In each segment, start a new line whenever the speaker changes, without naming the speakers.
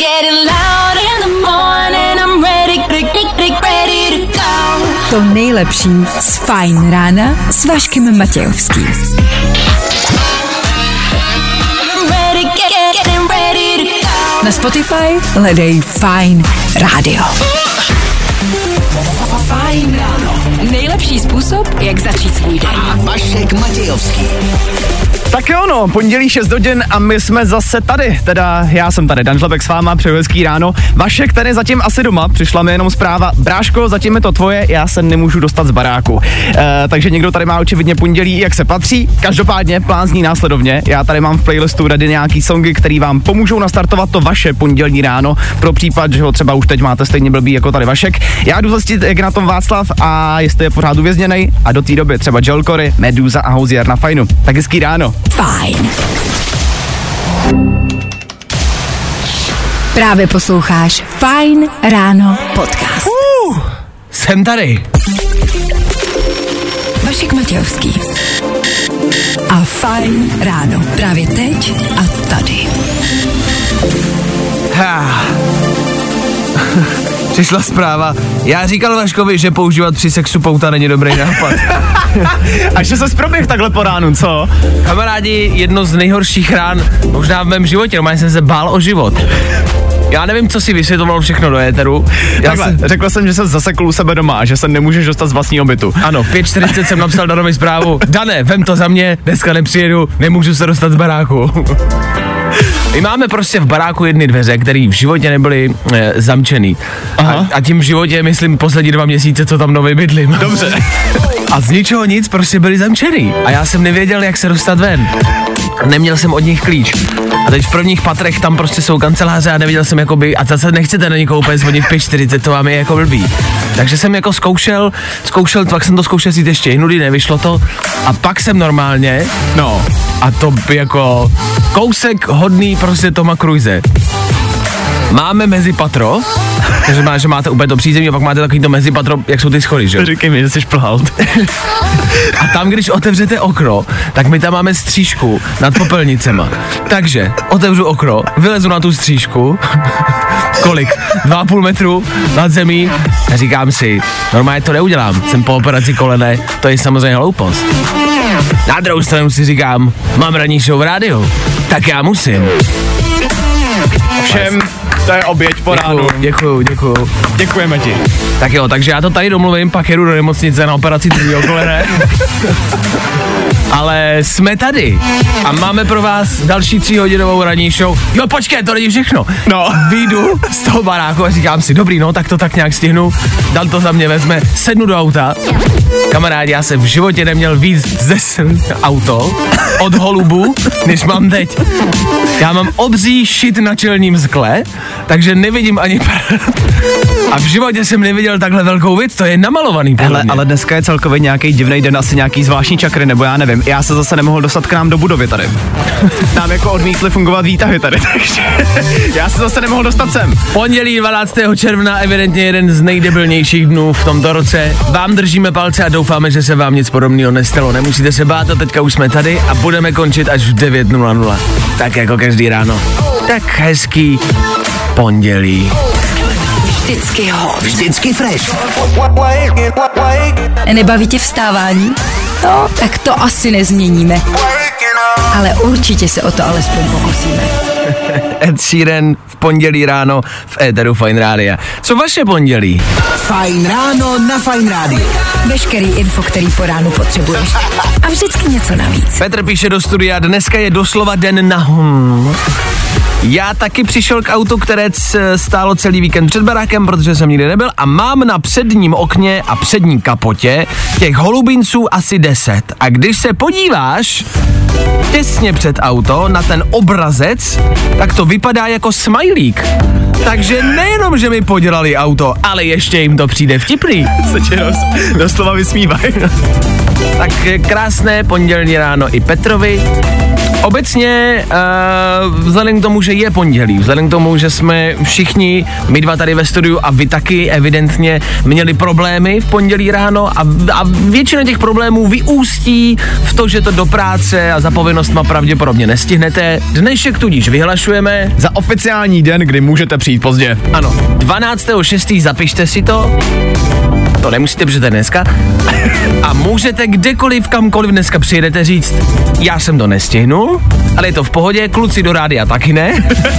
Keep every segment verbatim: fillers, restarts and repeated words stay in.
To nejlepší z Fajn rána s Vaškem Matějovským. Na Spotify hledej Fajn rádio. Fajn ráno. Nejlepší způsob, jak začít svůj den.
A Vašek Matějovský.
Tak jo, no, pondělí šest hodin a my jsme zase tady, teda já jsem tady, Dan Žlebek s váma, přeju hezký ráno. Vašek tady zatím asi doma, přišla mi jenom zpráva, bráško, zatím je to tvoje, já se nemůžu dostat z baráku. E, takže někdo tady má očividně pondělí, jak se patří, každopádně plán zní následovně, já tady mám v playlistu ready nějaký songy, který vám pomůžou nastartovat to vaše pondělní ráno, pro případ, že ho třeba už teď máte stejně blbý jako tady Vašek. Já jdu zjistit, jak na tom Václav a jestli je pořád uvězněnej a do té doby třeba Joel Corey, Meduza a Hozier na Fajnu. Tak hezký ráno.
Fajn. Právě posloucháš Fajn ráno podcast.
Uh, jsem tady.
Vašek Matějovský. A Fajn ráno. Právě teď a tady.
Ha. Přišla zpráva. Já říkal Vaškovi, že používat při sexu pouta není dobrý nápad.
A že ses proběh takhle po ránu, co?
Kamarádi, jedno z nejhorších rán možná v mém životě, normálně jsem se bál o život. Já nevím, co si vysvětloval všechno do éteru. Já
Takhle,
jsem...
řekl jsem, že se zasekl u sebe doma, že se nemůžeš dostat z vlastního bytu.
Ano, v pět čtyřicet jsem napsal Danovi zprávu. Dane, vem to za mě, dneska nepřijedu, nemůžu se dostat z baráku. My máme prostě v baráku jedny dveře, které v životě nebyly e, zamčený. A, a tím v životě, myslím, poslední dva měsíce, co tam nový bydlím.
Dobře.
A z ničeho nic prostě byly zamčený. A já jsem nevěděl, jak se dostat ven. Neměl jsem od nich klíč. A teď v prvních patrech tam prostě jsou kanceláře a nevěděl jsem jakoby, a zase nechcete na někoho úplně zvonit v pět čtyřicet, to vám je jako blbý. Takže jsem jako zkoušel, zkoušel, pak jsem to zkoušel jít ještě jinudy, nevyšlo to. A pak jsem normálně, no, a to by jako kousek hodný prostě Toma Cruise. Máme mezipatro, takže má, že máte úplně to přízemí a pak máte takový to mezipatro, jak jsou ty schody, že jo?
Říkej mi, že jsi plhal.
A tam, když otevřete okno, tak my tam máme střížku nad popelnicema. Takže otevřu okno, vylezu na tu střížku, kolik? Dva a půl metru nad zemí a říkám si, normálně to neudělám, jsem po operaci kolene, to je samozřejmě hloupost. Na druhou stranu si říkám, mám ranní show v rádiu, tak já musím.
Všem, to je oběť po ránu.
Děkuju, děkuju.
Děkujeme ti.
Tak jo, takže já to tady domluvím, pak jedu do nemocnice na operaci druhého kolene. Ale jsme tady a máme pro vás další tříhodinovou ranní show. Jo, počkej, to není všechno.
No.
Vyjdu z toho baráku a říkám si, dobrý, no, tak to tak nějak stihnu. Dan to za mě vezme, sednu do auta. Kamarádi, já jsem v životě neměl víc ze auto od holubu, než mám teď. Já mám obří šit na čelním skle, takže nevidím ani prd. A v životě jsem neviděl takhle velkou věc, to je namalovaný podle
Hele,
mě.
ale dneska je celkově nějaký divný den, asi nějaký zvláštní čakry, nebo já nevím. Já se zase nemohl dostat k nám do budovy tady. Nám jako odmítli fungovat výtahy tady, takže já se zase nemohl dostat sem.
Pondělí dvanáctého června, evidentně jeden z nejdebilnějších dnů v tomto roce. Vám držíme palce a doufáme, že se vám nic podobného nestalo. Nemusíte se bát a teďka už jsme tady a budeme končit až v devět nula nula. Tak jako každý ráno. Tak hezký pondělí.
Vždycky hot.
Vždycky fresh.
Nebaví tě vstávání? No, tak to asi nezměníme. Ale určitě se o to alespoň pokusíme.
Ed Sheeran v pondělí ráno v éteru Fajn rádia. Co vaše pondělí?
Fajn ráno na Fajn rádiu.
Veškerý info, který po ránu potřebuješ. A vždycky něco navíc.
Petr píše do studia, dneska je doslova den na hum. Já taky přišel k autu, které stálo celý víkend před barákem, protože jsem nikdy nebyl a mám na předním okně a přední kapotě těch holubinců asi deset. A když se podíváš těsně před auto na ten obrazec, tak to vypadá jako smajlík. Takže nejenom, že mi podělali auto, ale ještě jim to přijde vtipný.
Se tě doslova vysmívají.
Tak krásné pondělní ráno i Petrovi. Obecně uh, vzhledem k tomu, že je pondělí, vzhledem k tomu, že jsme všichni, my dva tady ve studiu a vy taky evidentně měli problémy v pondělí ráno a, a většina těch problémů vyústí v to, že to do práce a za povinnostma pravděpodobně nestihnete. Dnešek tudíž vyhlašujeme
za oficiální den, kdy můžete přijít pozdě.
Ano, dvanáctého šestého zapište si to. To nemusíte, protože to je dneska. A můžete kdekoliv, kamkoliv dneska přijedete říct, já jsem to nestihnul, ale je to v pohodě, kluci do rádia taky ne.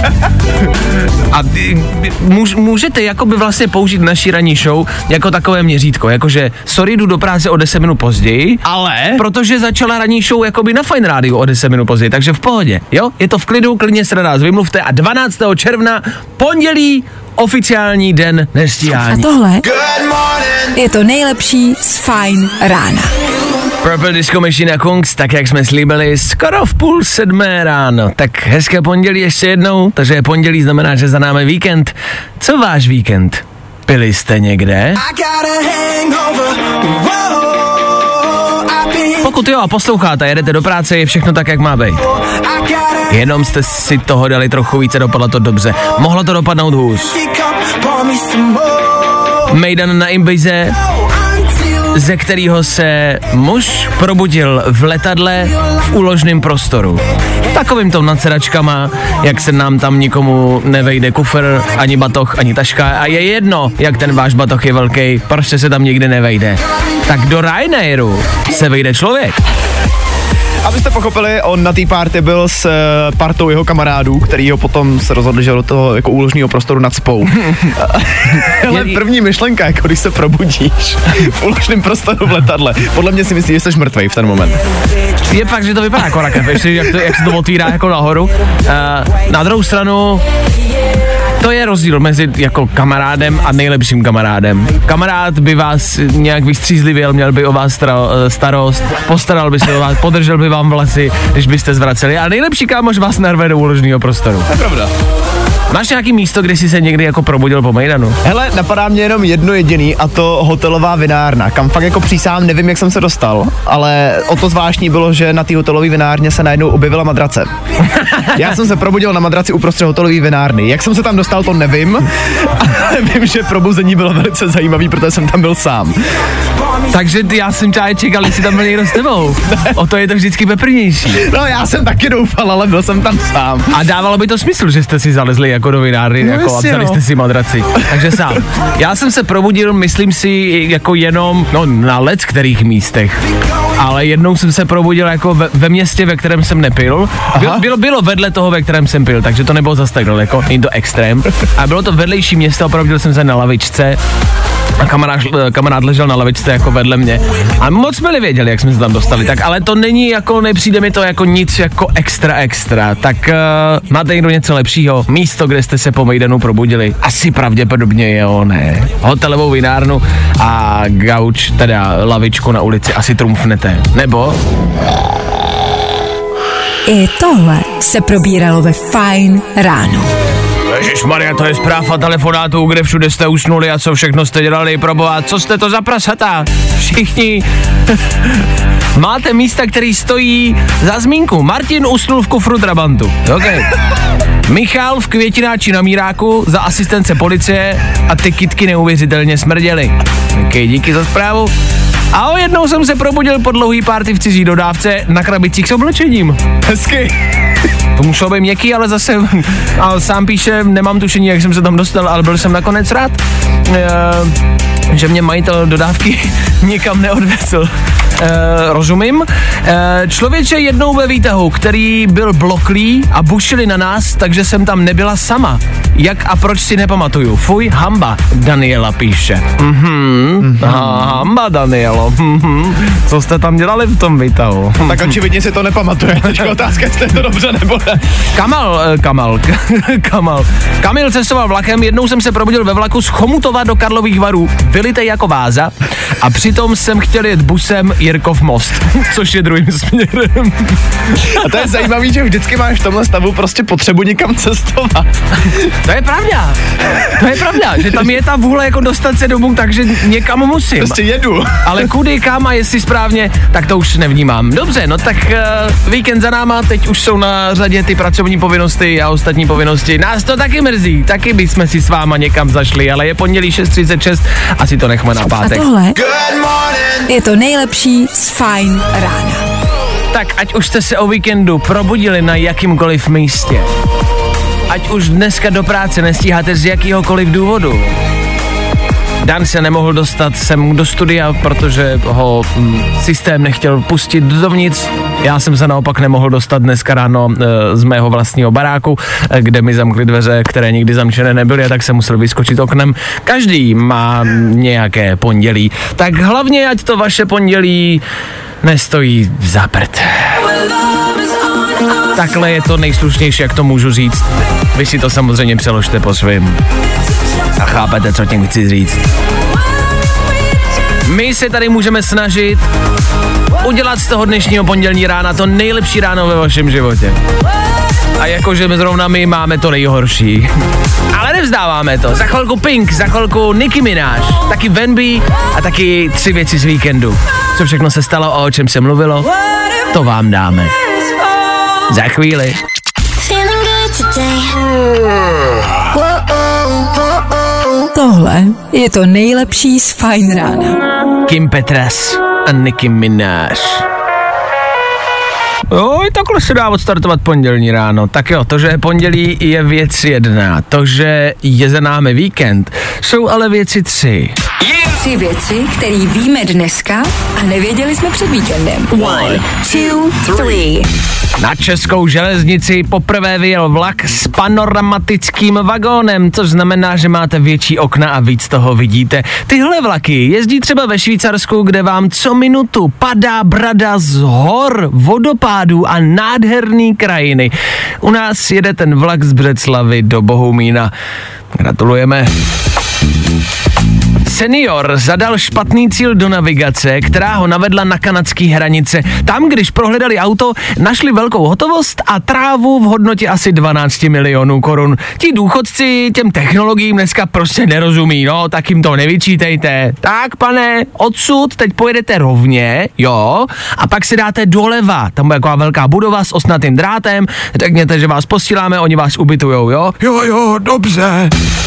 A můž, můžete jakoby vlastně použít naši ranní show jako takové měřítko, jakože sorry, jdu do práce o deset minut později,
ale
protože začala ranní show jakoby na Fajn rádiu o deset minut později, takže v pohodě, jo? Je to v klidu, klidně se na nás vymluvte a dvanáctého června, pondělí, oficiální den nestíhání.
A tohle je to nejlepší z Fajn rána.
Purple Disco Machine a Kungs, tak jak jsme slíbili, skoro v půl sedmé ráno. Tak hezké pondělí ještě jednou, takže pondělí znamená, že za námi víkend. Co váš víkend? Byli jste někde? Pokud jo a posloucháte, jedete do práce, je všechno tak, jak má být. Jenom jste si toho dali trochu více, dopadlo to dobře. Mohlo to dopadnout hůř. Mejdan na Ibize, ze kterého se muž probudil v letadle v úložném prostoru. Takovým to nad sedačkama, jak se nám tam nikomu nevejde kufr, ani batoh, ani taška a je jedno, jak ten váš batoh je velký, prostě se tam nikdy nevejde. Tak do Ryanairu se vejde člověk.
Abyste pochopili, on na té party byl s uh, partou jeho kamarádů, který ho potom se rozhodli, že do toho jako úložního prostoru nacpou. Ale první myšlenka, jako když se probudíš v úložném prostoru v letadle, podle mě si myslíš, že jsi mrtvej v ten moment.
Je fakt, že to vypadá jako rakev, jak, to, jak se to otvírá jako nahoru. Uh, na druhou stranu, to je rozdíl mezi jako kamarádem a nejlepším kamarádem. Kamarád by vás nějak vystřízlivěl, měl by o vás starost, postaral by se o vás, podržel by vám vlasy, když byste zvraceli, a nejlepší kámoš vás narve do úložného prostoru.
To je pravda.
Máš nějaký místo, kde jsi se někdy jako probudil po mejdanu?
Hele, napadá mě jenom jedno jediný, a to hotelová vinárna, kam fakt jako přísám nevím, jak jsem se dostal, ale o to zvláštní bylo, že na té hotelové vinárně se najednou objevila madrace. Já jsem se probudil na madraci uprostřed hotelové vinárny. Jak jsem se tam dostal, to nevím, ale vím, že probuzení bylo velice zajímavý, protože jsem tam byl sám.
Takže já jsem tě čekal, jestli tam byl někdo s tebou. O to je to vždycky peprnější.
No já jsem taky doufal, ale byl jsem tam sám.
A dávalo by to smysl, že jste si zalezli jako do vinárny, no jako a vzali jste si madraci. Takže sám. Já jsem se probudil, myslím si, jako jenom, no na let kterých místech. Ale jednou jsem se probudil jako ve, ve městě, ve kterém jsem nepil. Bylo, bylo, bylo vedle toho, ve kterém jsem pil, takže to nebylo zase tak daleko, není to extrém. A bylo to vedlejší město, probudil jsem se na lavičce. A kamarád, kamarád ležel na lavičce jako vedle mě. A moc jsme nevěděli, jak jsme se tam dostali. Tak ale to není jako, nepřijde mi to jako nic jako extra extra. Tak uh, máte někdo něco lepšího? Místo, kde jste se po mejdanu probudili? Asi pravděpodobně jo, ne. Hotelovou vinárnu a gauč, teda lavičku na ulici asi trumfnete. Nebo?
I tohle se probíralo ve Fajn ráno.
Ježišmarja, to je zpráva telefonátů, kde všude jste usnuli a co všechno jste dělali, proboha, co jste to za prasata? Všichni máte místa, který stojí za zmínku. Martin usnul v kufru Trabantu, okay. Michal v květináči na Míráku za asistence policie a ty kytky neuvěřitelně smrděly. Okay, díky za zprávu. A o jednou jsem se probudil po dlouhý party v cizí dodávce na krabicích s oblečením.
Hezky.
To muselo být měkký, ale zase, a sám píše, nemám tušení, jak jsem se tam dostal, ale byl jsem nakonec rád, e, že mě majitel dodávky nikam neodvezl. E, rozumím. E, člověče jednou ve výtahu, který byl bloklý a bušili na nás, takže jsem tam nebyla sama. Jak a proč si nepamatuju. Fuj, hamba, Daniela píše. Mhm, mm-hmm. Hamba, Danielo. Mm-hmm. Co jste tam dělali v tom výtahu?
Tak očividně si to nepamatuje. Teďka otázka, jestli je to dobře nebo ne.
Kamal, Kamal, Kamal. Kamil cestoval vlakem, jednou jsem se probudil ve vlaku z Chomutova do Karlových Varů, vylitej jako váza, a přitom jsem chtěl jet busem Jirkov most, což je druhým směrem.
A to je zajímavý, že vždycky máš v tomhle stavu prostě potřebu někam cestovat.
To je pravda. To je pravda, že tam je ta vůle jako dostat se domů, takže někam musím.
Prostě jedu.
Ale kudy, kam a jestli správně, tak to už nevnímám. Dobře, no tak uh, víkend za náma, teď už jsou na řadě ty pracovní povinnosti a ostatní povinnosti. Nás to taky mrzí, taky bychom si s váma někam zašli, ale je pondělí šest třicet šest, asi to nechme na pátek.
A tohle je to nejlepší z Fajn rána.
Tak ať už jste se o víkendu probudili na jakýmkoliv místě, ať už dneska do práce nestíháte z jakýhokoliv důvodu. Dan se nemohl dostat sem do studia, protože ho hm, systém nechtěl pustit dovnitř. Já jsem se naopak nemohl dostat dneska ráno e, z mého vlastního baráku, e, kde mi zamkli dveře, které nikdy zamčené nebyly, tak jsem musel vyskočit oknem. Každý má nějaké pondělí. Tak hlavně, ať to vaše pondělí nestojí za prd. Takhle je to nejslušnější, jak to můžu říct. Vy si to samozřejmě přeložte po svým. A chápete, co tím chci říct. My se tady můžeme snažit udělat z toho dnešního pondělní rána to nejlepší ráno ve vašem životě. A jakože my zrovna my máme to nejhorší. Ale nevzdáváme to. Za chvilku Pink, za chvilku Nicki Minaj, taky Venby a taky tři věci z víkendu. Co všechno se stalo a o čem se mluvilo, to vám dáme. Za chvíli.
Tohle je to nejlepší z Fajn rána.
Kim Petras a Nicki Minaj. Oj, takhle se dá odstartovat pondělní ráno. Tak jo, to, že je pondělí, je věc jedna. To, že je za námi víkend, jsou ale věci tři.
Tři věci, které víme dneska a nevěděli jsme před víkendem. One, two, three.
Na českou železnici poprvé vyjel vlak s panoramatickým vagónem, což znamená, že máte větší okna a víc toho vidíte. Tyhle vlaky jezdí třeba ve Švýcarsku, kde vám co minutu padá brada z hor, vodopádů a nádherný krajiny. U nás jede ten vlak z Břeclavy do Bohumína. Gratulujeme. Senior zadal špatný cíl do navigace, která ho navedla na kanadské hranice. Tam, když prohledali auto, našli velkou hotovost a trávu v hodnotě asi dvanáct milionů korun. Ti důchodci těm technologiím dneska prostě nerozumí, no, tak jim to nevyčítejte. Tak, pane, odsud teď pojedete rovně, jo, a pak si dáte doleva. Tam bude taková velká budova s osnatým drátem, řekněte, že vás posíláme, oni vás ubytujou, jo? Jo, jo, dobře.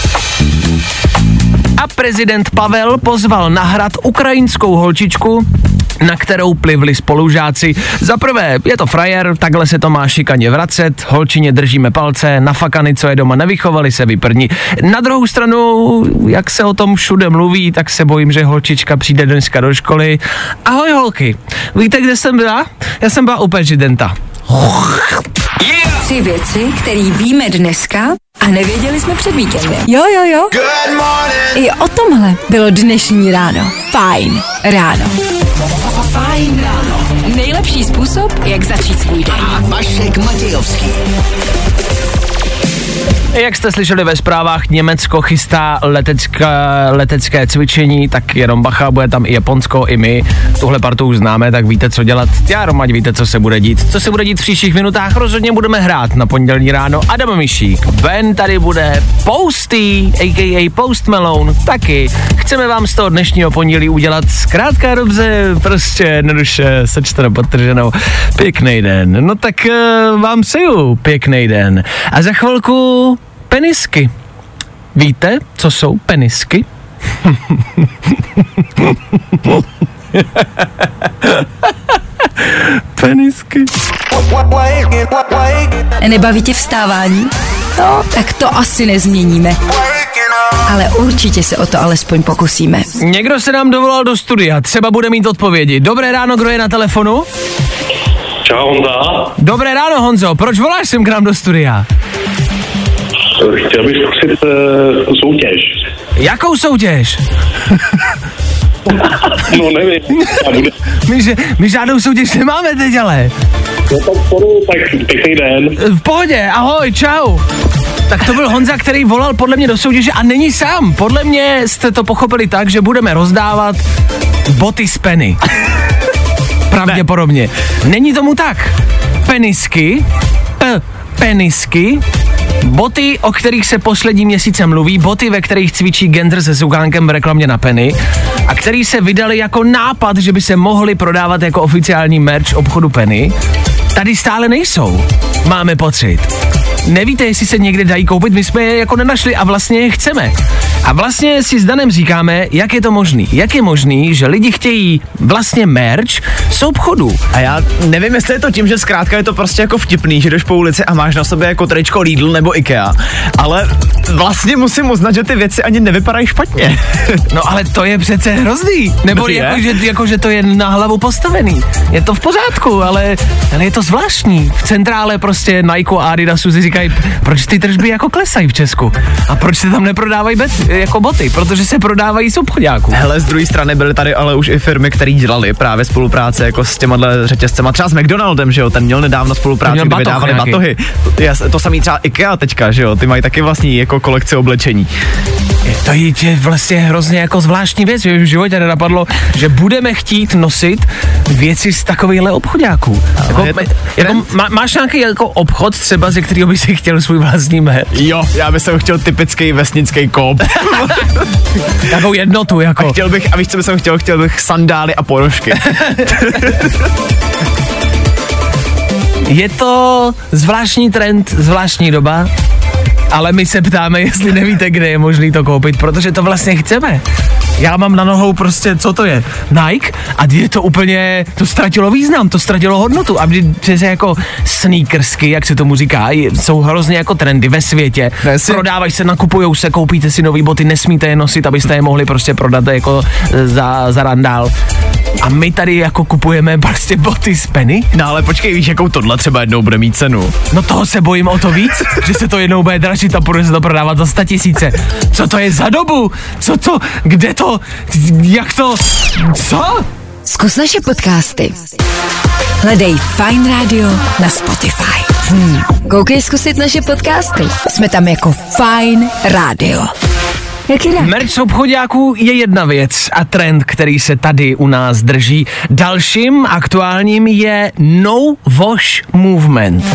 A prezident Pavel pozval na hrad ukrajinskou holčičku, na kterou plivli spolužáci. Za prvé, je to frajer, takhle se to má šikaně vracet, holčině držíme palce, na fakany, co je doma nevychovali, se vyprni. Na druhou stranu, jak se o tom všude mluví, tak se bojím, že holčička přijde dneska do školy. Ahoj holky, víte, kde jsem byla? Já jsem byla u prezidenta.
Tři věci, které víme dneska a nevěděli jsme před víkendem. Jo, jo, jo. Good morning. I o tomhle bylo dnešní ráno. Fajn ráno.
Fajn ráno.
Nejlepší způsob, jak začít svůj den.
A Vašek Matějovský.
Jak jste slyšeli ve zprávách, Německo chystá letecká, letecké cvičení, tak jenom bacha, bude tam i Japonsko, i my. Tuhle partu už známe, tak víte, co dělat. Já ať víte, co se bude dít. Co se bude dít v příštích minutách, rozhodně budeme hrát na pondělní ráno. Adam Mišík, Ben tady bude, Posty, a ká a Post Malone, taky. Chceme vám z toho dnešního pondělí udělat zkrátka dobře, prostě jednoduše, sečteno podtrženou. Pěkný den. No tak uh, vám přeju pěkný den. A za chvilku penisky. Víte, co jsou penisky? Penisky.
Nebaví tě vstávání? No, tak to asi nezměníme. Ale určitě se o to alespoň pokusíme.
Někdo se nám dovolal do studia, třeba bude mít odpovědi. Dobré ráno, kdo je na telefonu?
Čau, Honza.
Dobré ráno, Honzo, proč voláš sem k nám do studia?
Chtěl bych zkusit uh, soutěž.
Jakou soutěž?
No nevím. Bude...
my, že, my žádnou soutěž nemáme teď, ale.
No tak sporu, tak pěkný den.
V pohodě, ahoj, čau. Tak to byl Honza, který volal podle mě do soutěže a není sám. Podle mě jste to pochopili tak, že budeme rozdávat boty z Penny. Pravděpodobně. Není tomu tak. Penisky, p- penisky Boty, o kterých se poslední měsíce mluví, boty, ve kterých cvičí Gendr se sukánkem v reklamě na Penny a který se vydali jako nápad, že by se mohli prodávat jako oficiální merch obchodu Penny, tady stále nejsou. Máme pocit. Nevíte, jestli se někde dají koupit, my jsme je jako nenašli a vlastně je chceme. A vlastně si s Danem říkáme, jak je to možný. Jak je možný, že lidi chtějí vlastně merch z obchodu.
A já nevím, jestli je to tím, že zkrátka je to prostě jako vtipný, že jdeš po ulici a máš na sobě jako tričko Lidl nebo IKEA. Ale vlastně musím uznat, že ty věci ani nevypadají špatně.
No ale to je přece hrozný. Nebo jako že, jako, že to je na hlavu postavený. Je to v pořádku, ale, ale je to zvláštní. V centrále prostě Nike a Adidasu si říkají, proč ty tržby jako klesají v Česku? A proč se tam neprodávají bet, jako boty? Protože se prodávají z obchodáků.
Hele, z druhé strany byly tady ale už i firmy, které dělaly právě spolupráce jako s těmahle řetězcema. Třeba s McDonaldem, že jo, ten měl nedávno spolupráci, kdy vydávali batohy. To, to samý třeba IKEA teďka, že jo, ty mají taky vlastní jako kolekci oblečení.
To je vlastně hrozně jako zvláštní věc, že v životě nenapadlo, že budeme chtít nosit věci z takovýchhle obchodáků. Jako, to, jako, má, máš nějaký jako obchod třeba, ze kterého by si chtěl svůj vlastní merch?
Jo, já bych se chtěl typický vesnický Coop.
Takovou jednotu jako.
A chtěl bych, a víš, co bych jsem chtěl? Chtěl bych sandály a ponožky.
Je to zvláštní trend, zvláštní doba, ale my se ptáme, jestli nevíte, kde je možný to koupit, protože to vlastně chceme. Já mám na nohou prostě, co to je? Nike a je to úplně, to ztratilo význam, to ztratilo hodnotu a přece jako sneakersky, jak se tomu říká, jsou hrozně jako trendy ve světě. Nesi. Prodávají se, nakupujou se, koupíte si nový boty, nesmíte je nosit, abyste je mohli prostě prodat jako za, za randál. A my tady jako kupujeme prostě boty z Penny?
No ale počkej, víš, jakou tohle třeba jednou bude mít cenu?
No toho se bojím o to víc, že se to jednou bude dražit a bude se to prodávat za sta tisíce. Co to je za dobu? Co to? Kde to? Jak to? Co?
Zkus naše podcasty. Hledej Fajn Radio na Spotify. Hmm. Koukej zkusit naše podcasty. Jsme tam jako Fajn Radio. Jak jinak?
Merch z obchodáků je jedna věc a trend, který se tady u nás drží. Dalším aktuálním je No Wash Movement.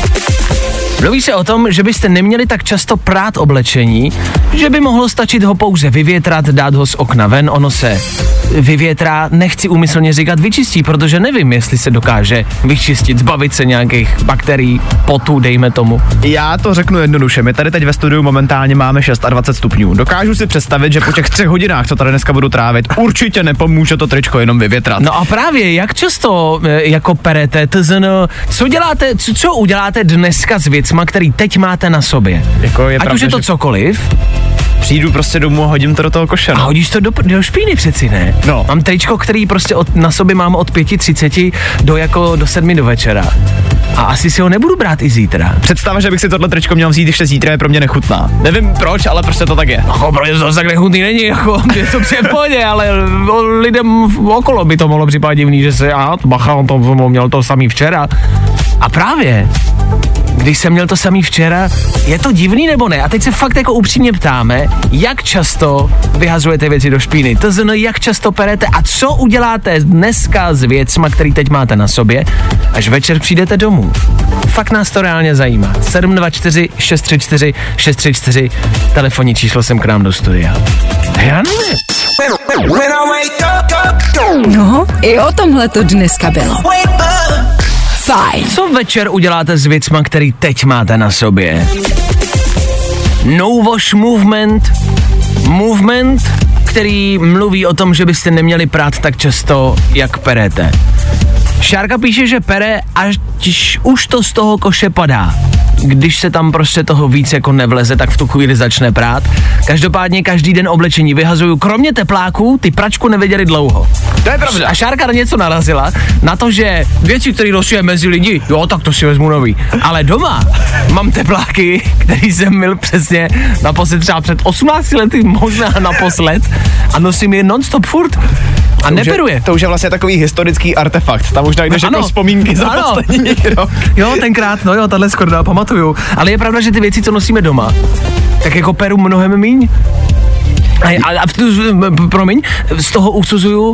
Mluví se o tom, že byste neměli tak často prát oblečení, že by mohlo stačit ho pouze vyvětrat, dát ho z okna ven, ono se vyvětrá, nechci úmyslně říkat vyčistí, protože nevím, jestli se dokáže vyčistit, zbavit se nějakých bakterií, potů, dejme tomu.
Já to řeknu jednoduše, my tady teď ve studiu momentálně máme dvacet šest stupňů. Dokážu si představit, že po těch třech hodinách, co tady dneska budu trávit, určitě nepomůže to tričko jenom vyvětrat.
No a právě, jak často jako perete, tzn, co děláte, co, co uděláte dneska s věcma, který teď máte na sobě? Jako je Ať pravda, už je to cokoliv.
Přijdu prostě domů a hodím to do toho koše. No.
A hodíš to do, do špíny přeci, ne?
No.
Mám tričko, který prostě od, na sobě mám od pěti třiceti do jako do sedmi do večera. A asi si ho nebudu brát i zítra.
Představa, že bych si tohle tričko měl vzít ještě zítra, je pro mě nechutná. Nevím proč, ale prostě to tak je.
Jako, protože to tak nechutný není, jako, je to při v pohodě, ale lidem okolo by to mohlo připadat divný, že se, a bacha, on to měl to samý včera. A právě, když jsem měl to samý včera, je to divný nebo ne? A teď se fakt jako upřímně ptáme, jak často vyhazujete věci do špíny, to znamená, jak často perete a co uděláte dneska s věcma, který teď máte na sobě, až večer přijdete domů. Fakt nás to reálně zajímá. sedm dva čtyři šest tři čtyři šest tři čtyři, telefonní číslo sem k nám do studia. Já nevím.
No, i o tomhle to dneska bylo. Fajn.
Co večer uděláte s věcma, který teď máte na sobě? No Wash Movement. Movement, který mluví o tom, že byste neměli prát tak často, jak perete. Šárka píše, že pere, až už to z toho koše padá. Když se tam prostě toho víc jako nevleze, tak v tu chvíli začne prát. Každopádně každý den oblečení vyhazuju, kromě tepláků, ty pračku nevěděli dlouho.
To je pravda.
A Šárka na něco narazila, na to, že věci, které nosíme mezi lidi, jo, tak to si vezmu nový. Ale doma mám tepláky, který jsem měl přesně naposled třeba před osmnácti lety, možná naposled, a nosím je non-stop furt. A neperuje.
To už je vlastně takový historický artefakt. Tam už najdeš no, jako vzpomínky za ano. poslední rok.
Jo, tenkrát, no jo, tahle skoro pamatuju. Ale je pravda, že ty věci, co nosíme doma, tak jako peru mnohem míň. A, a, a promiň, z toho usuzuju,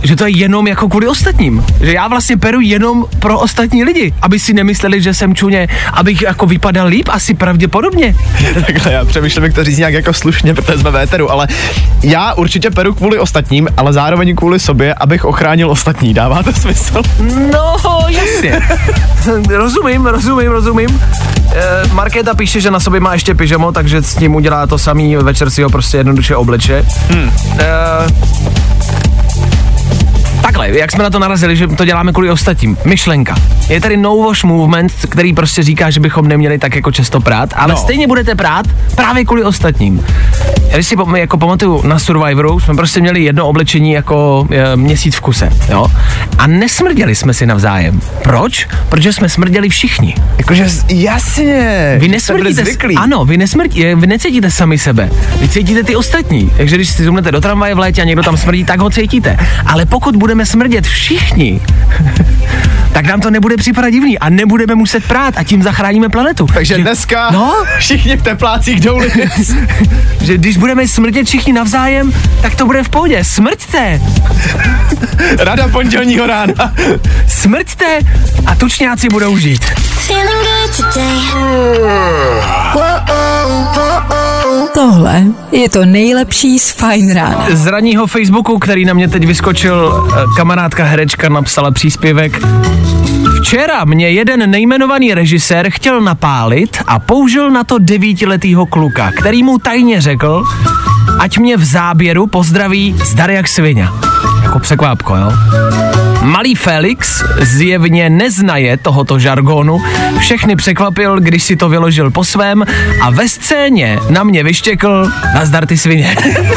že to je jenom jako kvůli ostatním. Že já vlastně peru jenom pro ostatní lidi, aby si nemysleli, že jsem čuně, abych jako vypadal líp, asi pravděpodobně.
Takhle já přemýšlím, jak to říct nějak jako slušně, protože jsme v éteru, ale já určitě peru kvůli ostatním, ale zároveň kvůli sobě, abych ochránil ostatní. Dává to smysl?
No, jasně. rozumím, rozumím, rozumím. E, Markéta píše, že na sobě má ještě pyžamo, takže s ním udělá to samý, večer si ho prostě jednoduše obleče. Hmm. E, Takhle, jak jsme na to narazili, že to děláme kvůli ostatním. Myšlenka. Je tady no wash movement, který prostě říká, že bychom neměli tak jako často prát, ale no. stejně budete prát právě kvůli ostatním. Když si jako pamatuju na Survivoru, jsme prostě měli jedno oblečení jako e, měsíc v kuse, jo? A nesmrděli jsme si navzájem. Proč? Protože jsme smrděli všichni.
Jakože jasně.
Vy nesmrdíte, ano, vy nesmrdí, vy necítíte sami sebe. Vy cítíte ty ostatní. Takže když si zumnete do tramvaje v létě a někdo tam smrdí, tak ho cítíte. Ale pokud budeme smrdět všichni, tak nám to nebude připadat divný a nebudeme muset prát a tím zachráníme planetu.
Takže dneska
no?
všichni v teplácích jdou lidec.
Že když budeme smrdět všichni navzájem, tak to bude v pohodě. Smrďte!
Rada pondělního rána.
Smrďte a tučňáci budou žít.
Tohle je to nejlepší z Fajn rána.
Z ranního Facebooku, který na mě teď vyskočil, kamarádka herečka napsala příspěvek. Včera mě jeden nejmenovaný režisér chtěl napálit a použil na to devítiletýho kluka, který mu tajně řekl, ať mě v záběru pozdraví zdar jak svině. Jako překvápko, jo? Malý Felix zjevně neznaje tohoto žargonu, všechny překvapil, když si to vyložil po svém a ve scéně na mě vyštěkl nazdar ty svině.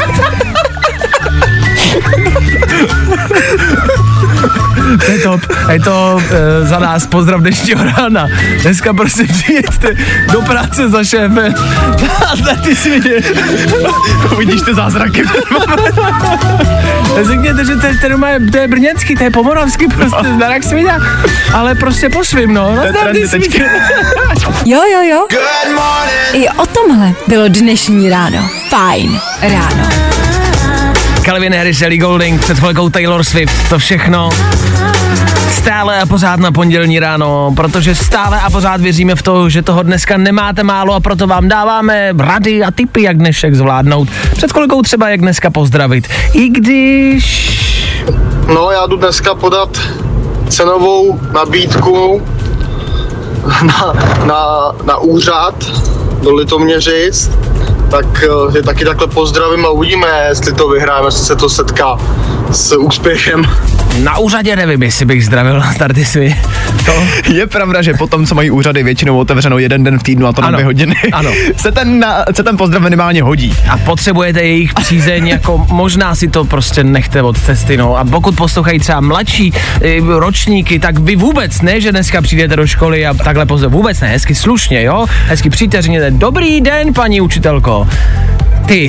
To je top. Je to e, za nás pozdrav dnešního rána. Dneska prostě přijeďte do práce za šéfem. Nazdar ty svině.
Uvidíš ty zázraky.
Řekněte, že to je, to je brněnský, to je pomoravský prostě, zdar jak svině. Ale prostě po svým, no. Nazdar ty svině.
Jo, jo, jo. I o tomhle bylo dnešní ráno. Fajn ráno.
Calvin Harris, Ellie Goulding, před chvilkou Taylor Swift, to všechno stále a pořád na pondělní ráno, protože stále a pořád věříme v to, že toho dneska nemáte málo a proto vám dáváme rady a tipy, jak dnešek zvládnout. Před chvilkou třeba jak dneska pozdravit. I když...
No, já jdu dneska podat cenovou nabídku na, na, na úřad do Litoměřic, tak je taky takhle pozdravím a uvidíme, jestli to vyhráme, jestli se to setká s úspěchem.
Na úřadě nevím, jestli bych zdravil na starty svý. To...
Je pravda, že potom, co mají úřady většinou otevřeno jeden den v týdnu a to na dvě hodiny,
ano.
se, ten na, se ten pozdrav minimálně hodí.
A potřebujete jejich přízeň, jako možná si to prostě nechte od cesty, no. A pokud poslouchají třeba mladší e, ročníky, tak vy vůbec ne, že dneska přijdete do školy a takhle pozdrav, vůbec ne, hezky slušně, jo. Hezky přijďte, řekněte, dobrý den, paní učitelko. Ty.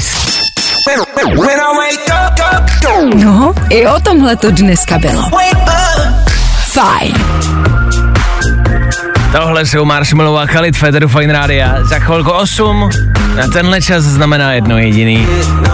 No, i o tomhle to dneska bylo. Fajn.
Tohle jsou Marshmallow a Khalid Federu Fajn Rádia. Za chvilku osm. Na tenhle čas znamená jedno jediný.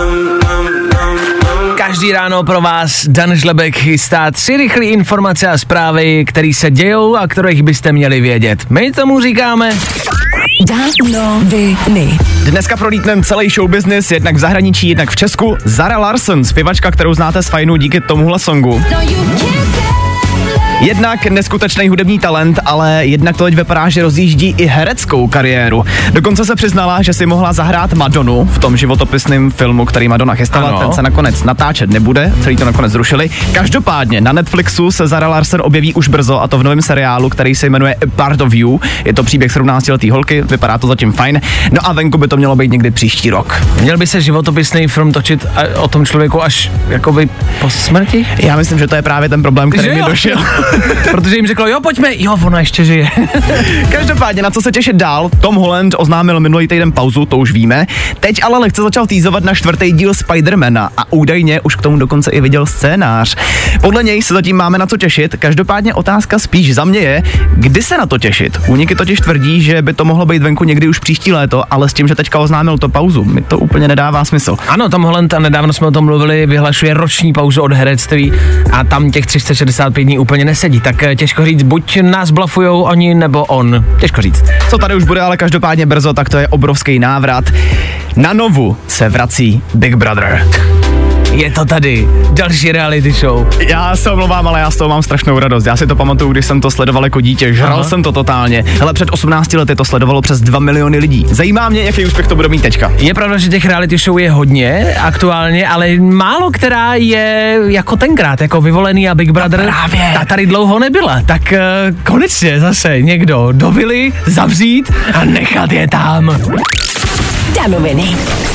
Každý ráno pro vás Dan Žlebek chystá tři rychlé informace a zprávy, které se dějou a kterých byste měli vědět. My tomu říkáme...
Danoviny.
Dneska prolítneme celý showbiznis, jednak v zahraničí, jednak v Česku. Zara Larsson, zpěvačka, kterou znáte z Fajnu díky tomuhle songu. Jednak neskutečný hudební talent, ale jednak to teď vypadá, že rozjíždí i hereckou kariéru. Dokonce se přiznala, že si mohla zahrát Madonu v tom životopisném filmu, který Madonna chystala. Ano. Ten se nakonec natáčet nebude, celý to nakonec zrušili. Každopádně na Netflixu se Zara Larsson objeví už brzo, a to v novém seriálu, který se jmenuje A Part of You. Je to příběh sedmnáctiletý holky, vypadá to zatím fajn. No a venku by to mělo být někdy příští rok.
Měl by se životopisný film točit o tom člověku až jakoby po smrti?
Já myslím, že to je právě ten problém, který
že
mi
jo?
došel.
Protože jim řeklo, jo, pojďme, jo, ona ještě žije.
Každopádně, na co se těšit dál, Tom Holland oznámil minulý týden pauzu, to už víme. Teď ale lehce začal týzovat na čtvrtý díl Spidermana a údajně už k tomu dokonce i viděl scénář. Podle něj se zatím máme na co těšit, každopádně otázka spíš za mě je, kdy se na to těšit. Úniky totiž tvrdí, že by to mohlo být venku někdy už příští léto, ale s tím, že teďka oznámil to pauzu, mi to úplně nedává smysl.
Ano, Tom Holland, a nedávno jsme o tom mluvili, vyhlašuje roční pauzu od herectví a tam těch tři sta šedesát pět dní úplně nesedí, tak těžko říct, buď nás blafujou oni nebo on, těžko říct.
Co tady už bude ale každopádně brzo, tak to je obrovský návrat. Na Novu se vrací Big Brother.
Je to tady, další reality show.
Já se omlouvám, ale já z toho mám strašnou radost. Já si to pamatuju, když jsem to sledoval jako dítě, žral Aha. jsem to totálně. Hele, před osmnácti lety to sledovalo přes dva miliony lidí. Zajímá mě, jaký úspěch to bude mít teďka.
Je pravda, že těch reality show je hodně aktuálně, ale málo která je jako tenkrát, jako Vyvolený a Big Brother.
Právě.
Ta tady dlouho nebyla, tak uh, konečně zase někdo do vily zavřít a nechat je tam.
Danoviny.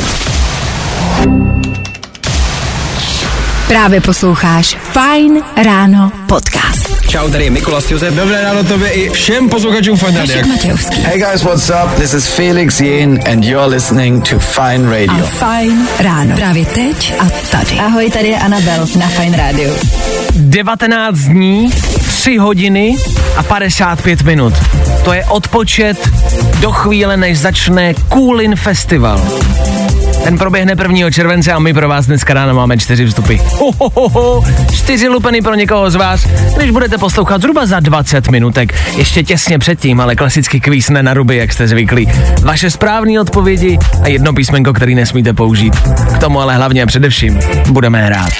Právě posloucháš Fajn ráno podcast.
Čau, tady je Mikolas Josef.
Dobré ráno tobě i všem posluchačům Fajn rádia.
Vašek Matějovský.
Hey guys, what's up? This is Felix Jen and you're listening to Fine Radio.
A Fajn ráno. Právě teď a tady.
Ahoj, tady je Anabel na Fajn rádiu.
devatenáct dní, tři hodiny a padesát pět minut. To je odpočet do chvíle, než začne Coolin Festival. Ten proběhne prvního července a my pro vás dneska ráno máme čtyři vstupy. Ho, ho, ho, ho. Čtyři lupeny pro někoho z vás, když budete poslouchat zhruba za dvacet minutek. Ještě těsně předtím, ale klasicky kvíz ne na ruby, jak jste zvyklí. Vaše správné odpovědi a jedno písmenko, který nesmíte použít. K tomu ale hlavně a především budeme hrát.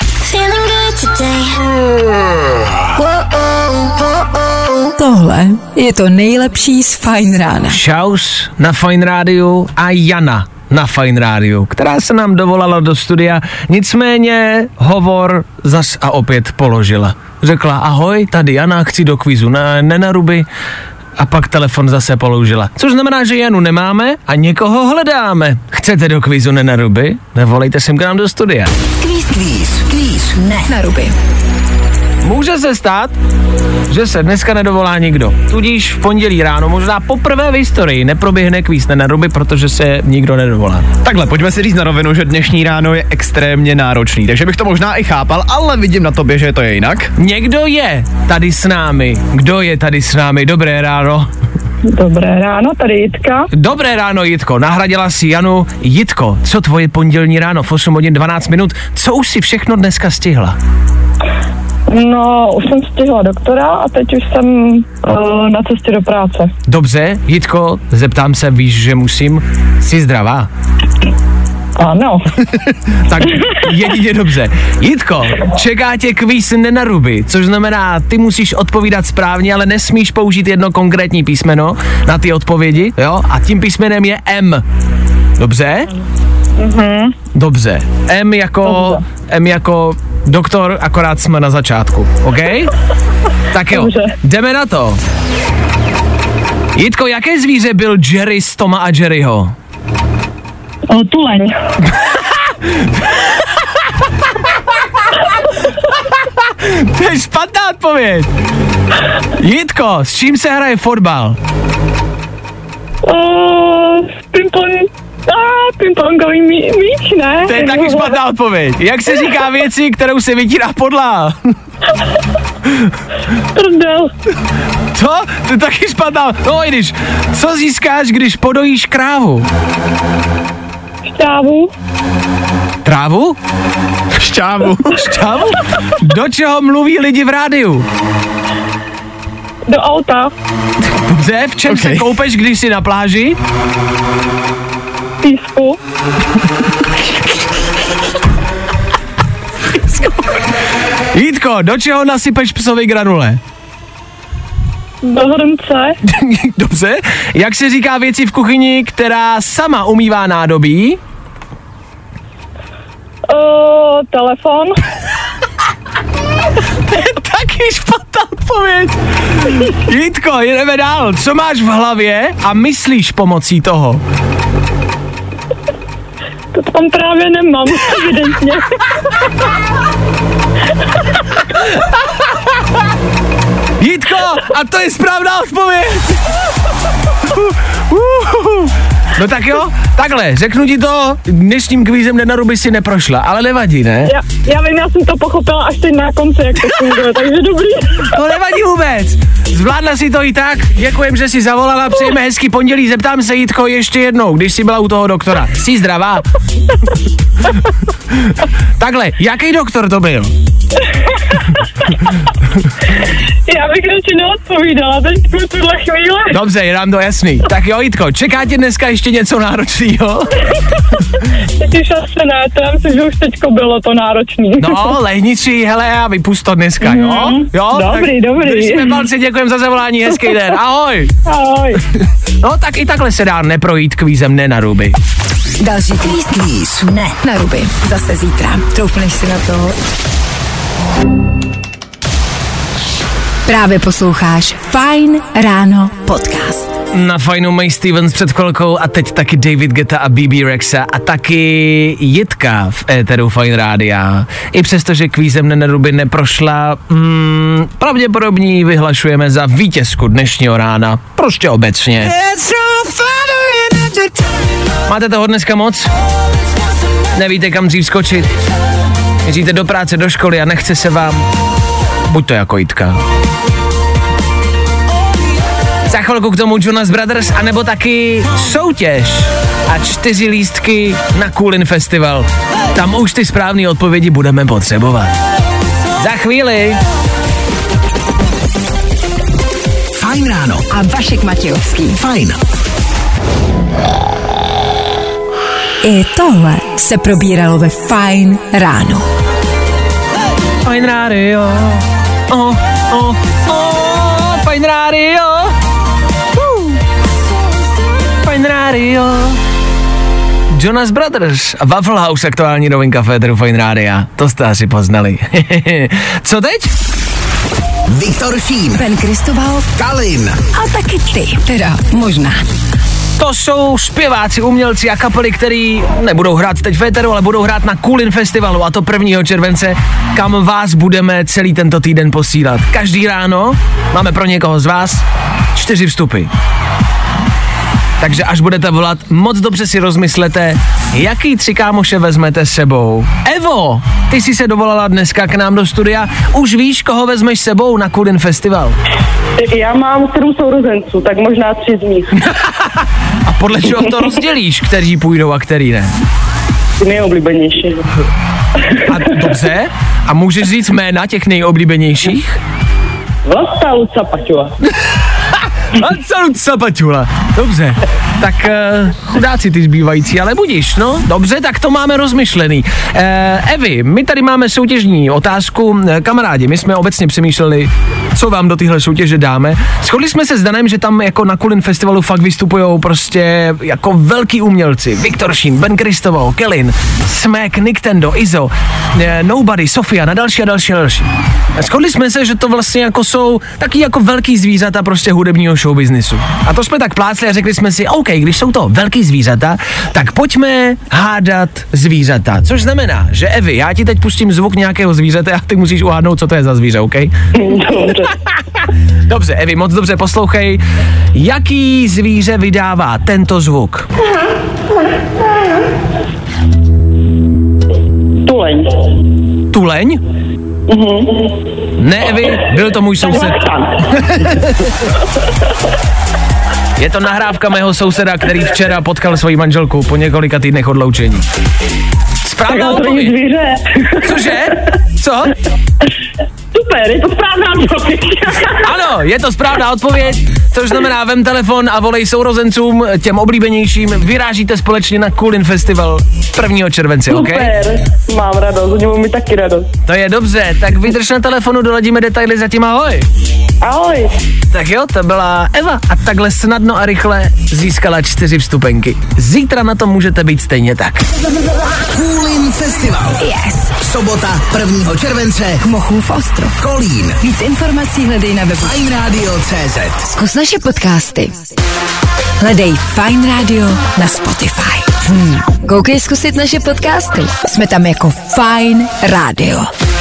Tohle je to nejlepší z Fajn rána.
Šaus na Fajn rádiu a Jana na Fajn rádiu, která se nám dovolala do studia, nicméně hovor zas a opět položila. Řekla, ahoj, tady Jana, chci do kvízu na, ne na ruby, a pak telefon zase položila. Což znamená, že Janu nemáme a někoho hledáme. Chcete do kvízu ne na ruby? Nevolejte sem k nám do studia.
Kvíz, kvíz, kvíz, ne na ruby.
Může se stát, že se dneska nedovolá nikdo. Tudíž v pondělí ráno, možná poprvé v historii, neproběhne kvíz ne na ruby, protože se nikdo nedovolá.
Takhle, pojďme si říct na rovinu, že dnešní ráno je extrémně náročný, takže bych to možná i chápal, ale vidím na tobě, že to je jinak.
Někdo je tady s námi. Kdo je tady s námi? Dobré ráno.
Dobré ráno, tady Jitka.
Dobré ráno, Jitko. Nahradila si Janu. Jitko, co tvoje pondělní ráno v osm hodin dvanáct minut? Co už si všechno dneska stihla?
No, už jsem stihla doktora a teď už jsem uh, na cestě do práce.
Dobře, Jitko, zeptám se, víš, že musím. Jsi zdravá?
Ano.
Tak jedině dobře. Jitko, čeká tě kvíz ne na ruby, což znamená, ty musíš odpovídat správně, ale nesmíš použít jedno konkrétní písmeno na ty odpovědi, jo? A tím písmenem je M. Dobře?
Mhm.
Dobře. M jako, Dobře. M jako doktor, akorát jsme na začátku, OK? Tak jo,
Dobře.
Jdeme na to. Jitko, jaké zvíře byl Jerry z Toma a Jerryho?
O, tuleň.
To je špatná odpověď. Jitko, s čím se hraje fotbal?
Uh, ping-pong. Ah, ping-pongový mí, míč, ne?
To je taky špatná odpověď. Jak se říká věci, kterou se vytírá podla?
Prdel.
Co? To je taky špatná. No i když, co získáš, když podojíš krávu?
Šťávu.
Trávu?
Šťávu.
Šťávu? Do čeho mluví lidi v rádiu?
Do auta.
Dobře, v čem
Okay.
se koupeš, když jsi na pláži?
Písku.
Jítko, do čeho nasypeš psovi granule?
Do hrnce.
Dobře, jak se říká věci v kuchyni, která sama umývá nádobí?
Uh, telefon.
Taky špatná odpověď. Jítko, jdeme dál. Co máš v hlavě a myslíš pomocí toho?
To tam právě nemám, evidentně.
Jitko, a to je správná odpověď. No tak jo, takhle, řeknu ti to, dnešním kvízem Nenaruby si neprošla, ale nevadí, ne?
Já, já vím, já jsem to pochopila až teď na konci, jak to funguje, takže dobrý.
To nevadí vůbec, zvládla si to i tak, děkujem, že jsi zavolala, přejeme hezký pondělí, zeptám se Jitko ještě jednou, když jsi byla u toho doktora, jsi zdravá? Takhle, jaký doktor to byl?
Já bych radši neodpovídala teď v tuhle chvíli.
Dobře, je nám to jasný. Tak jo, Jitko, čeká tě dneska ještě něco náročného?
Teď už asi ne, to já myslím, že už teďko bylo to náročný.
No, lehni si, hele, a vypust to dneska, jo?
Mm,
jo?
Dobrý,
tak
dobrý.
Držíme palce, děkujem za zavolání, hezký den, ahoj.
Ahoj.
No, tak i takhle se dá neprojít kvízem Nenaruby.
Další kvíz, kvíz, ne, na ruby. Zase zítra. Troufneš si na to? Právě posloucháš Fajn ráno podcast.
Na Fajnu May Stevens před chvilkou a teď taky David Guetta a B B Rexa a taky Jitka v éteru Fajn rádia. I přesto, že kvízem Nenaruby neprošla, mm, pravděpodobně vyhlašujeme za vítězku dnešního rána. Prostě obecně. Máte toho dneska moc? Nevíte, kam dřív skočit? Jezdíte do práce, do školy a nechce se vám? Buď to jako Jitka. Za chvilku k tomu Jonas Brothers, anebo taky soutěž a čtyři lístky na Coolin Festival. Tam už ty správné odpovědi budeme potřebovat. Za chvíli.
Fajn ráno a Vašek Matějovský. Fajn. I tohle se probíralo ve Fajn ráno.
Fajn rádio. Oh, oh, oh, Fajn rádio. Uh. Fajn rádio. Jonas Brothers a Waffle House, aktuální novinka Féteru Fajn rádia. To jste asi poznali. Co teď?
Viktor Šín, Ben Kristoval, Kalin a taky ty, teda možná.
To jsou zpěváci, umělci a kapely, který nebudou hrát teď v éteru, ale budou hrát na Coolin Festivalu, a to prvního července, kam vás budeme celý tento týden posílat. Každý ráno máme pro někoho z vás čtyři vstupy. Takže až budete volat, moc dobře si rozmyslete, jaký tři kámoše vezmete s sebou. Evo, ty jsi se dovolala dneska k nám do studia. Už víš, koho vezmeš s sebou na Coolin Festival?
Já mám sedm sourozenců, tak možná tři z nich.
A podle čeho to rozdělíš, kteří půjdou a který ne?
Ty nejoblíbenější.
A dobře, a můžeš říct jména těch nejoblíbenějších?
Vlasta Luca Paťula.
Vlasta Luca Paťula, dobře. Tak uh, chudáci ty zbývající, ale budíš, no. Dobře, tak to máme rozmyšlený. Uh, Evi, my tady máme soutěžní otázku. Kamarádi, my jsme obecně přemýšleli, co vám do téhle soutěže dáme. Shodli jsme se s Danem, že tam jako na Coolin Festivalu fakt vystupujou prostě jako velký umělci. Viktor Šín, Ben Kristoval, Kelin, Smek, Nintendo, Izo, uh, Nobody, Sofia, na další a další a další. Shodli jsme se, že to vlastně jako jsou taky jako velký zvířata prostě hudebního showbiznisu. A to jsme tak plácli a řekli jsme si, OK, když jsou to velký zvířata, tak pojďme hádat zvířata. Což znamená, že Evi, já ti teď pustím zvuk nějakého zvířete a ty musíš uhádnout, co to je za zvíře, OK?
Dobře.
Dobře, Evi, moc dobře poslouchej. Jaký zvíře vydává tento zvuk?
Tuleň.
Tuleň?
Mhm.
Ne, Evi, byl to můj soused. Je to nahrávka mého souseda, který včera potkal svoji manželku po několika týdnech odloučení. Správná odpověď. Cože? Co?
Super, je to správná odpověď.
Ano, je to správná odpověď, což znamená, vem telefon a volej sourozencům, těm oblíbenějším, vyrážíte společně na Coolin Festival prvního července, OK?
Super, mám radost, oni mají mi taky radost.
To je dobře, tak vydrž na telefonu, doladíme detaily, zatím ahoj.
Ahoj.
Tak jo, to byla Eva a takhle snadno a rychle získala čtyři vstupenky. Zítra na to můžete být stejně tak.
Coolin Festival. Yes. Sobota prvního července. Mochův ostrov. Kolín. Víc informací hledej na webu fajn rádio tečka cé zet. Zkus naše podcasty. Hledej Fajn Radio na Spotify. Hmm. Koukej zkusit naše podcasty. Jsme tam jako Fajn Radio.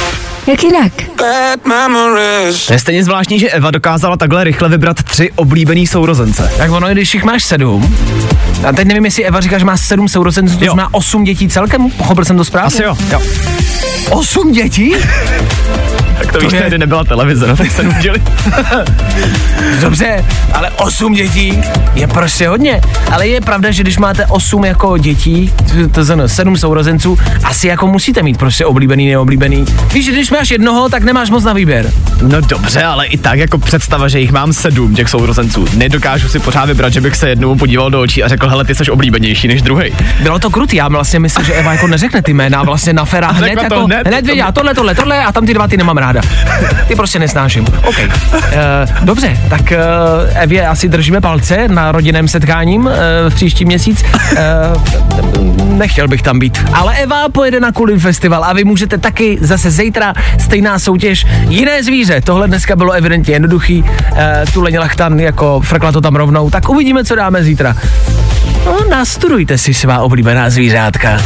Jak jinak?
To je stejně zvláštní, že Eva dokázala takhle rychle vybrat tři oblíbený sourozence.
Tak ono, když jich máš sedm, a teď nevím, jestli Eva říká, že má sedm sourozenců, to má osm dětí celkem, pochopil jsem to správně?
Asi jo, jo.
Osm dětí?
Tak to,
To
víš,
je-
tehdy nebyla televize, no, tak se nudili.
Dobře, ale osm dětí je prostě hodně. Ale je pravda, že když máte osm jako dětí, to znamená sedm sourozenců, asi jako musíte mít prostě oblíbený, neoblíbený. Víš, že když máš jednoho, tak nemáš moc na výběr.
No dobře, ale i tak jako představa, že jich mám sedm těch sourozenců. Nedokážu si pořád vybrat, že bych se jednou podíval do očí a řekl, hele, ty jsi oblíbenější než druhý.
Bylo to krutý, já vlastně myslím, že Eva jako neřekne ty jména vlastně na féra hned,
řekla to
jako,
hned.
hned věděla tohle, tohle, tohle a tam ty dva ty nemám ráda. Ty prostě nesnáším. OK. Uh, dobře, tak uh, Evě asi držíme palce na rodinném setkáním uh, v příští měsíc. Uh, nechtěl bych tam být. Ale Eva pojede na Kulin Festival a vy můžete taky zase zítra stejná soutěž. Jiné zvíře. Tohle dneska bylo evidentně jednoduchý. Uh, Tuleň lachtan jako frkla to tam rovnou. Tak uvidíme, co dáme zítra. No, nastudujte si svá oblíbená zvířátka.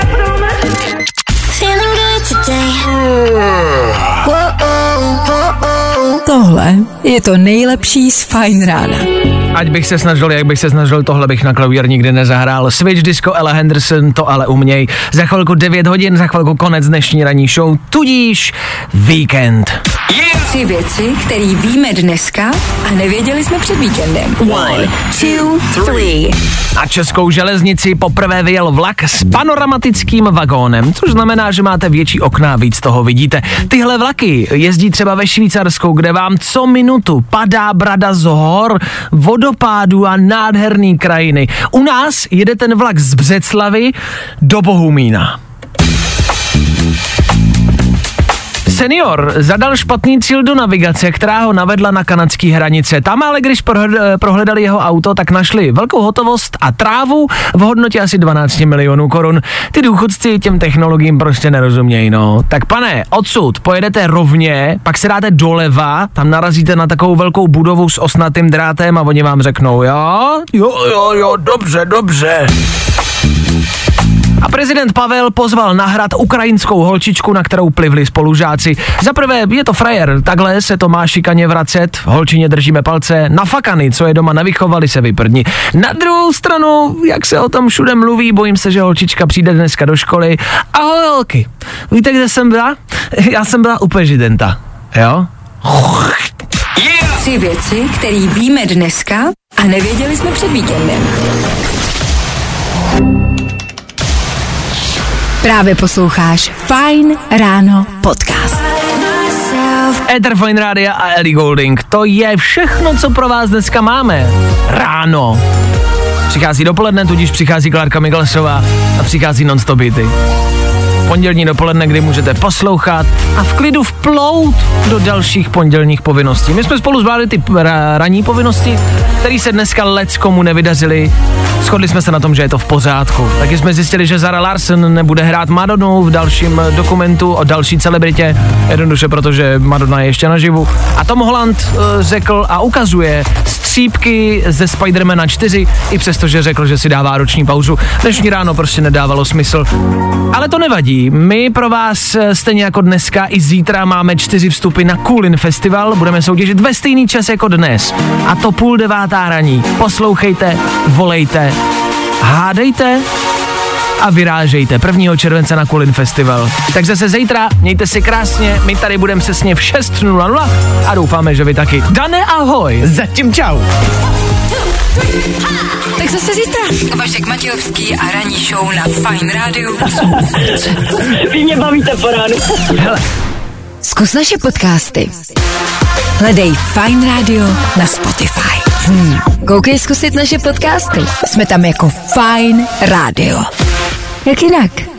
Tohle je to nejlepší z Fajn rána.
Ať bych se snažil, jak bych se snažil, tohle bych na klavír nikdy nezahrál. Switch Disco, Ella Henderson, to ale uměj. Za chvilku devět hodin, za chvilku konec dnešní ranní show, tudíž víkend.
Tři věci, které víme dneska a nevěděli jsme před víkendem. One, two, three.
Na českou železnici poprvé vyjel vlak s panoramatickým vagónem, což znamená, že máte větší okna a víc toho vidíte. Tyhle vlaky jezdí třeba ve Švýcarsku, kde vám co minutu padá brada z hor, vodopádů a nádherný krajiny. U nás jede ten vlak z Břeclavy do Bohumína. Senior zadal špatný cíl do navigace, která ho navedla na kanadské hranice. Tam ale, když prohledali jeho auto, tak našli velkou hotovost a trávu v hodnotě asi dvanáct milionů korun. Ty důchodci těm technologiím prostě nerozumějí, no. Tak pane, odsud pojedete rovně, pak se dáte doleva, tam narazíte na takovou velkou budovu s osnatým drátem a oni vám řeknou, jo, jo, jo, jo, dobře, dobře. A prezident Pavel pozval na hrad ukrajinskou holčičku, na kterou plivli spolužáci. Za prvé, je to frajer, takhle se to má šikaně vracet, holčině držíme palce, na fakany, co je doma nevychovali, se vyprdni. Na druhou stranu, jak se o tom všude mluví, bojím se, že holčička přijde dneska do školy. Ahoj holky, víte, kde jsem byla? Já jsem byla u prezidenta, jo?
Tři věci, které víme dneska a nevěděli jsme před víkendem. Právě posloucháš Fajn ráno podcast.
Ether Fine Rádia a Ellie Goulding. To je všechno, co pro vás dneska máme. Ráno. Přichází dopoledne, tudíž přichází Klárka Miglesová a přichází non-stop hity. Pondělní dopoledne, kdy můžete poslouchat a v klidu vplout do dalších pondělních povinností. My jsme spolu zvládli ty ra- ranní povinnosti, které se dneska leckomu nevydařily. Shodli jsme se na tom, že je to v pořádku. Taky jsme zjistili, že Zara Larsson nebude hrát Madonu v dalším dokumentu o další celebritě, jednoduše protože Madonna je ještě naživu. A Tom Holland uh, řekl a ukazuje střípky ze Spidermana čtyři, i přesto, že řekl, že si dává roční pauzu. Dnešní ráno prostě nedávalo smysl. Ale to nevadí. My pro vás stejně jako dneska i zítra máme čtyři vstupy na Kulin Festival. Budeme soutěžit ve stejný čas jako dnes. A to půl devátá raní. Poslouchejte, volejte, hádejte a vyrážejte prvního července na Kulin Festival. Tak zase zítra, mějte si krásně, my tady budeme přesně v šest nula nula a doufáme, že vy taky. Dane, ahoj!
Zatím čau!
Tak zase zítra. Vašek Matějovský a ranní show na Fajn rádiu.
Vy mě bavíte po ránu.
Hele.
Zkus naše podcasty. Hledej Fajn rádio na Spotify. Hmm. Koukej zkusit naše podcasty. Jsme tam jako Fajn rádio. Jak jinak?